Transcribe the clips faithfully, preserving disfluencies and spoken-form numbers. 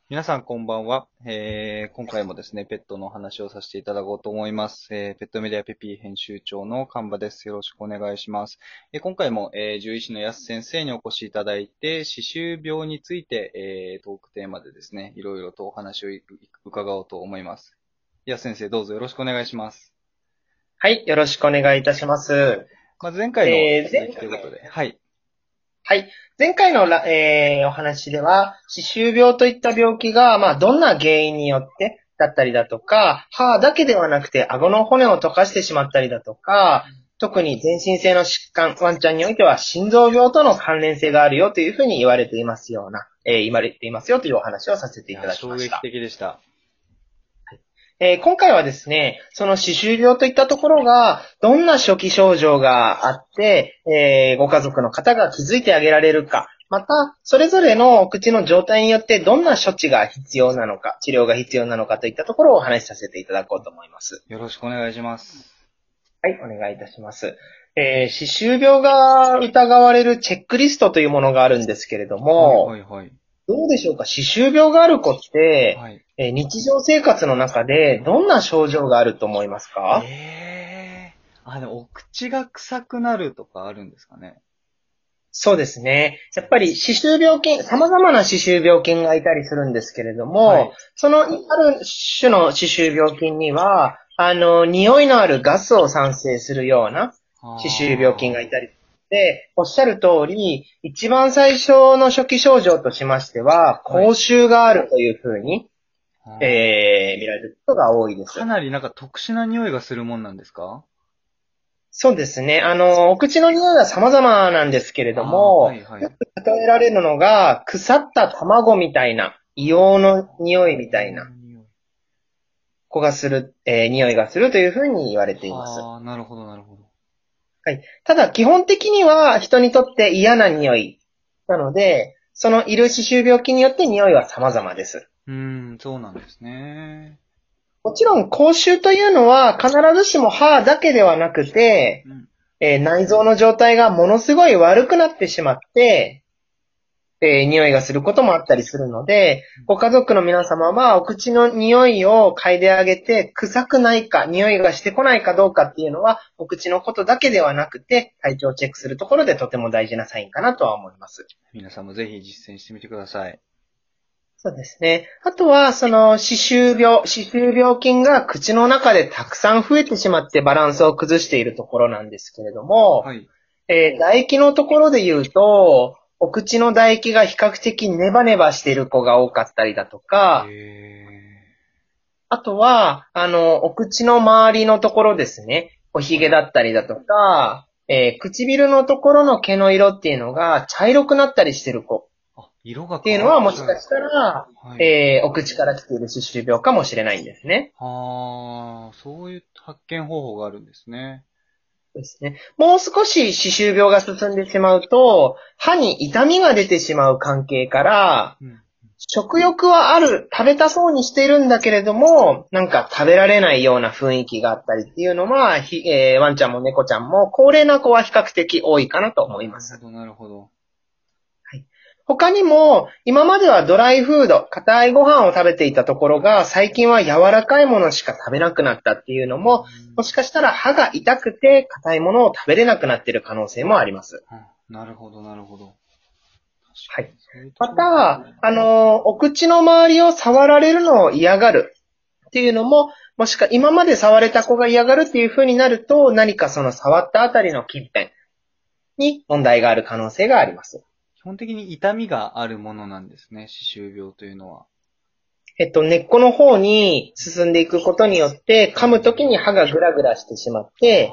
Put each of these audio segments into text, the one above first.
皆さんこんばんは。えー今回もですね、ペットのお話をさせていただこうと思います。えーペットメディアペピー編集長の神場です。よろしくお願いします。えー今回も、えー獣医師の安先生にお越しいただいて、歯周病について、えートークテーマでですね、いろいろとお話をい伺おうと思います。安先生、どうぞよろしくお願いします。 はい、よろしくお願いいたします。 まず前回のえー、前続きということで、はい。 はい、前回のら、えーお話では、歯周病といった病気が、まあ、どんな原因によってだったりだとか、歯だけではなくて顎の骨を溶かしてしまったりだとか、特に全身性の疾患、ワンちゃんにおいては心臓病との関連性があるよというふうに言われていますような、えー言われていますよというお話をさせていや、 いただき衝撃ました。 的でした。 えー今回はですね、その歯周病といったところが、どんな初期症状があって、えーご家族の方が気づいてあげられるか、また、それぞれのお口の状態によってどんな処置が必要なのか、治療が必要なのかといったところをお話しさせていただこうと思います。 よろしくお願いします。 はい、お願いいたします。えー歯周病が疑われるチェックリストというものがあるんですけれどはいはも、 いはい。 どうでしょうか？歯周病がある子って、 はい。 えー日常生活の中でどんな症状があると思いますか？ ええー。あ、でも、お口が臭くなるとかあるんですかね。 そうですね。やっぱり歯周病菌、様々な歯周病菌がいたりするんですけれども、 はい。 そのある種の歯周病菌には、あの、匂いのあるガスを産生するような歯周病菌がいあたりで、おっしゃる通り、一番最初の初期症状としましては、 あ。はい。 口臭があるというふうに、 あーえー、見られることが多いです。 かなりなんか特殊な匂いがするもんなんですか？ そうですね。あの、お口の匂いは様々なんですけれどああー、はも、 いはい。 よく例えられるのが、腐った卵みたいな、硫黄の匂いみたいな、 硫黄の匂い。 子がする、えー匂いがするというふうに言われています。 はあ、なるほどなるほど。 はい。ただ、基本的には人にとって嫌な匂いなので、そのいる歯周病菌によって匂いは様々です。 うーん、そうなんですね。 もちろん、口臭というのは必ずしも歯だけではなくて、 うん。 えー内臓の状態がものすごい悪くなってしまって、えー匂いがすることもあったりするので、ご家族の皆様はお口の匂いを嗅いであげて、臭くないか、匂いがしてこないかどうかっていうのは、お口のことだけではなくて、体調をチェックするところでとても大事なサインかなとは思います。 皆さんもぜひ実践してみてください。 そうですね。あとは、その、歯周病、歯周病菌が口の中でたくさん増えてしまってバランスを崩しているところなんですけれども、 はい。 えー唾液のところで言うと、お口の唾液が比較的ネバネバしている子が多かったりだとへか、 え。 あとは、あの、お口の周りのところですね。おひはい。 げだったりだとか、えー唇のところの毛の色っていうのが茶色くなったりしてる子っあ、色が変わっていうのはもしちゃう。 かしたら、 はい。 えーお口から来ている歯周病かもしれないんですね。 はあ、そういう発見方法があるんですね。 ですね。もう少し歯周病が進んでしまうと、歯に痛みが出てしまう関係から、 うん。 食欲はある、食べたそうにしているんだけれども、なんか食べられないような雰囲気があったりっていうのは、ひえーワンちゃんも猫ちゃんも、高齢な子は比較的多いかなと思います。 なるほど、なるほど。 はい。他にも、今まではドライフード、硬いご飯を食べていたところが、最近は柔らかいものしか食べなくなったっていうのうも、もん。 しかしたら歯が痛くて硬いものを食べれなくなっている可能性もあります。 あ、なるほど、なるほど。確かに、 はい。 そういうとまころがある。 た、あのーお口の周りを触られるのを嫌がるっていうのも、もしか、今まで触れた子が嫌がるっていう風になると、何かその触ったあたりの近辺に問題がある可能性があります。 基本的に痛みがあるものなんですね、歯周病というのは。 えっと、根っこの方に進んでいくことによって、噛むときに歯がグラグラしてしまって、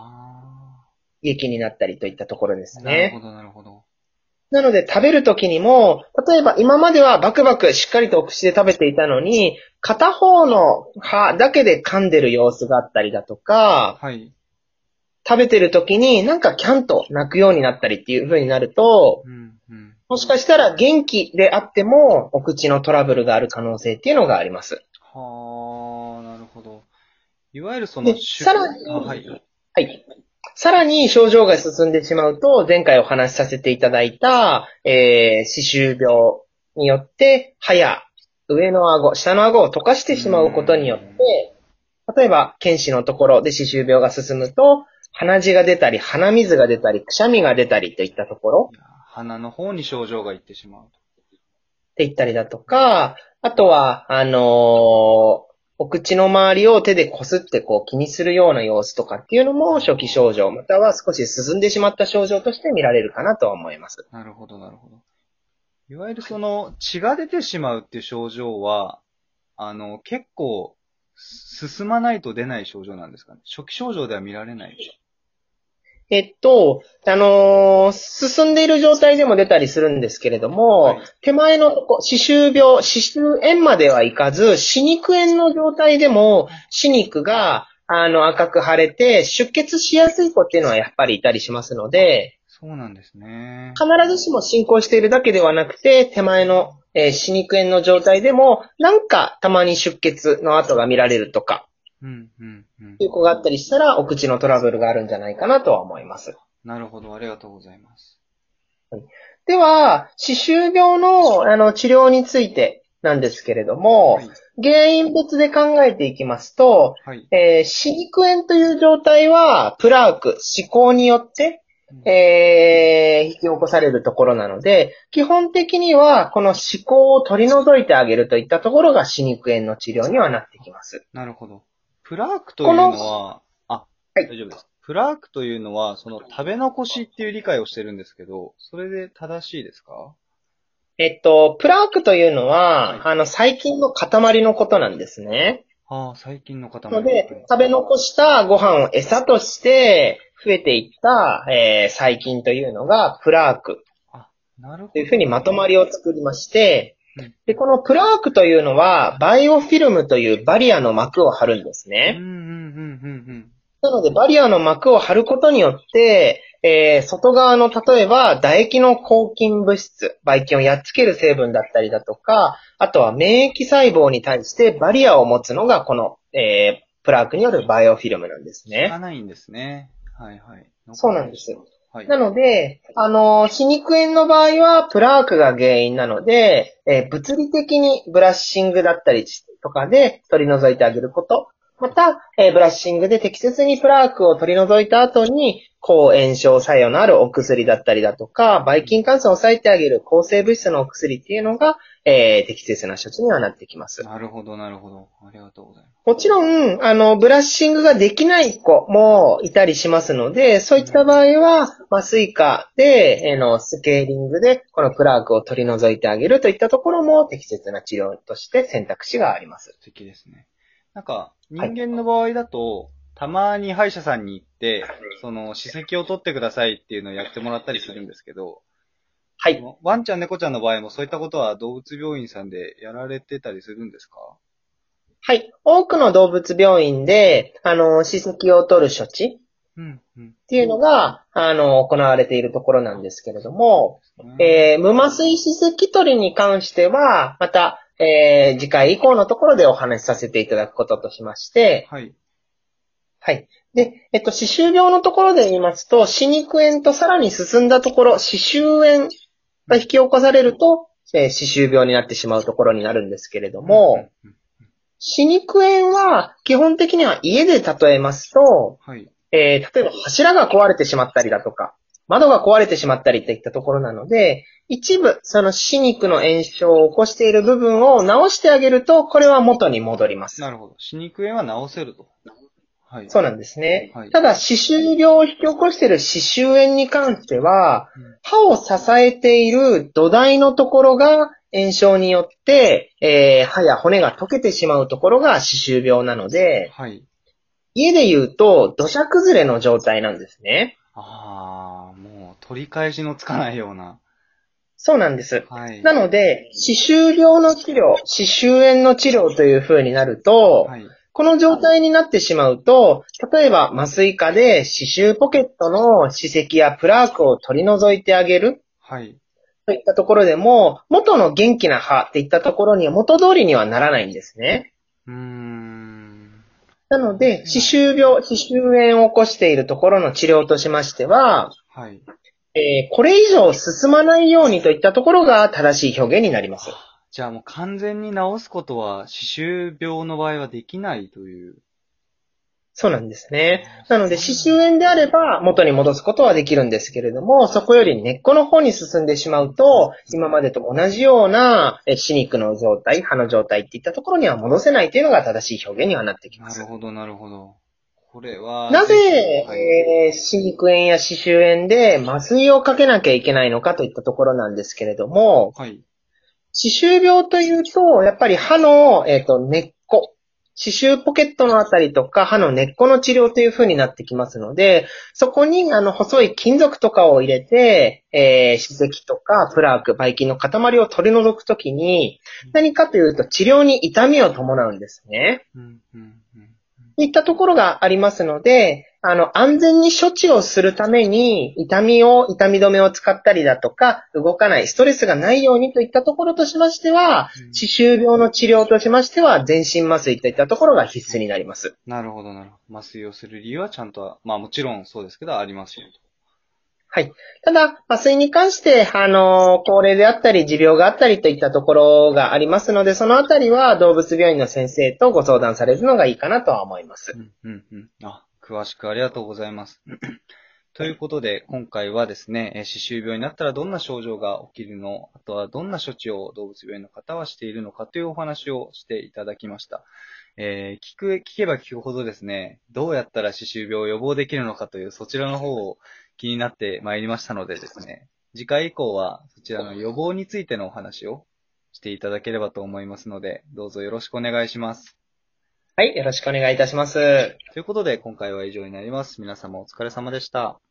あ胃液になったりといったところであ、 すね。 なるほど、なるほど。 なので食べるときにも、例えば今まではバクバクしっかりとお口で食べていたのに、片方の歯だけで噛んでる様子があったりだとか、 はい。 食べてるときになんかキャンと鳴くようになったりっていう風になると、 うん、うん。 もしかしたら元気であってもお口のトラブルがある可能性っていうのがあります。 はあ、なるほど。いわゆるその、 で、 しゅ、 さらあ、はに、 い。 はい。さらに症状が進んでしまうと、前回お話しさせていただいた、えー、歯周病によって歯や上の顎、下の顎を溶かしてしまうことによって、例えば、犬歯のところで歯周病が進むと、鼻血が出たり、鼻水が出たり、くしゃみが出たりといったところ。 鼻の方に症状がいってしまうと。 って言ったりだとか、あとは、あのー、お口の周りを手でこすってこう気にするような様子とかっていうのも初期症状、または少し進んでしまった症状として見られるかなとは思います。 なるほど、なるほど。いわゆるその血が出てしまうっていう症状は、あの、結構進まないと出ない症状なんですかね。初期症状では見られない。 えっと、あのー、進んでいる状態でも出たりするんですけれども、はい、手前のとこ、歯周病、歯周炎まではいかず、歯肉炎の状態でも、歯肉が、あの、赤く腫れて、出血しやすい子っていうのはやっぱりいたりしますので、 そうなんですね。 必ずしも進行しているだけではなくて、手前の、えー、歯肉炎の状態でも、なんかたまに出血の跡が見られるとか、 うんうんうん。 という子があったりしたら、お口のトラブルがあるんじゃないかなとは思います。 なるほど、ありがとうございます。 はい、では、歯周病の、あの治療についてなんですけれども、はい、原因別で考えていきますと、はい、えー、歯肉炎という状態は、プラーク、歯垢によって、えー、引き起こされるところなので、基本的にはこの歯垢を取り除いてあげるといったところが歯肉炎の治療にはなってきます。 なるほど。プラークというのは、あ、はい、大丈夫です。プラークというのは、その食べ残しっていう理解をしてるんですけど、それで正しいですか？ えっと、プラークというのは、はい、あの、細菌の塊のことなんですね。 ああ、細菌の塊。 ので、食べ残したご飯を餌として増えていった、えー、細菌というのがプラーク。あ、なるほど。というふうにまとまりを作りまして、で、このプラークというのは、バイオフィルムというバリアの膜を張るんですね。 うんうんうんうんうん。 なので、バリアの膜を張ることによって、えー、外側の例えば唾液の抗菌物質、ばい菌をやっつける成分だったりだとか、あとは免疫細胞に対してバリアを持つのがこの、えー、プラークによるバイオフィルムなんですね。 知らないんですね。はいはい。 そうなんです。はい、なので、あの、歯肉炎の場合はプラークが原因なので、えー、物理的にブラッシングだったりとかで取り除いてあげること。また、えー、ブラッシングで適切にプラークを取り除いた後に、抗炎症作用のあるお薬だったりだとか、ばい菌感染を抑えてあげる抗生物質のお薬っていうのが、えー、適切な処置にはなってきます。 なるほど、なるほど。ありがとうございます。 もちろん、あの、ブラッシングができない子もいたりしますので、そういった場合は、麻酔科で、えー、の、スケーリングで、このプラークを取り除いてあげるといったところも適切な治療として選択肢があります。 素敵ですね。なんか、人間の場合だと、はい、たまに歯医者さんに行って、その、歯石を取ってくださいっていうのをやってもらったりするんですけど、 はい。 ワンちゃん、猫ちゃんの場合もそういったことは動物病院さんでやられてたりするんですか？ はい。多くの動物病院で、あの、歯石を取る処置っていうのが、あの、行われているところなんですけれども、えー、無麻酔歯石取りに関しては、また、えー、次回以降のところでお話しさせていただくこととしまして、はい。はい。で、えっと、歯周病のところで言いますと、歯肉炎とさらに進んだところ、歯周炎が引き起こされると、えー、歯周病になってしまうところになるんですけれども、歯肉炎は基本的には家で例えますと、はい、えー、例えば柱が壊れてしまったりだとか、窓が壊れてしまったりといったところなので、一部その歯肉の炎症を起こしている部分を治してあげると、これは元に戻ります。 なるほど。歯肉炎は治せると。 はい。そうなんですね。はい、ただ、歯周病を引き起こしている歯周炎に関しては、うん、歯を支えている土台のところが炎症によって、えー、歯や骨が溶けてしまうところが歯周病なので、はい、家で言うと土砂崩れの状態なんですね。 ああ、もう取り返しのつかないような。 そうなんです。はい、なので、歯周病の治療、歯周炎の治療という風になると、はい、この状態になってしまうと、例えば麻酔科で歯周ポケットの歯石やプラークを取り除いてあげる。はい。といったところでも、元の元気な歯っていったところには元通りにはならないんですね。うーん。なので、歯周病、歯周炎を起こしているところの治療としましては、はい。えー、これ以上進まないようにといったところが正しい表現になります。 じゃあもう完全に治すことは、歯周病の場合はできないという。 そうなんですね。 あなので、歯周そうなん炎であれば元に戻すことはできるんですけれども、そこより根っこの方に進んでしまうと、今までと同じようなえ歯肉の状態、歯の状態っていったところには戻せないというのが正しい表現にはなってきます。 なるほど、なるほど。これは、 なぜ、 ぜひ、はい。 えー歯肉炎や歯周炎で麻酔をかけなきゃいけないのかといったところなんですけれども、 はい。 歯周病というと、やっぱり歯の、えっと、根っこ、歯周ポケットのあたりとか歯の根っこの治療という風になってきますので、そこにあの細い金属とかを入れて、えー、歯石とかプラーク、ばい菌の塊を取り除くときに、何かというと治療に痛みを伴うんですね。 うん、うん、うん。 いったところがありますので、あの、安全に処置をするために、痛みを、痛み止めを使ったりだとか、動かない、ストレスがないようにといったところとしましては、 うん歯周病の治療としましては、全身麻酔といったところが必須になります。 なるほど、なるほど。麻酔をする理由はちゃんと、まあもちろんそうですけど、ありますよと。 はい。ただ、麻酔に関して、あの、高齢であったり、持病があったりといったところがありますので、そのあたりは動物病院の先生とご相談されるのがいいかなとは思います。 うん、うん、うん。あ、詳しくありがとうございます。ということで、今回はですね、えー歯周病になったらどんな症状が起きるの、あとはどんな処置を動物病院の方はしているのかというお話をしていただきました。えー聞く、聞けば聞くほどですね、どうやったら歯周病を予防できるのかというそちらの方を気になってまいりましたのでですね、次回以降はそちらの予防についてのお話をしていただければと思いますので、どうぞよろしくお願いします。 はい。よろしくお願いいたします。 ということで、今回は以上になります。皆様お疲れ様でした。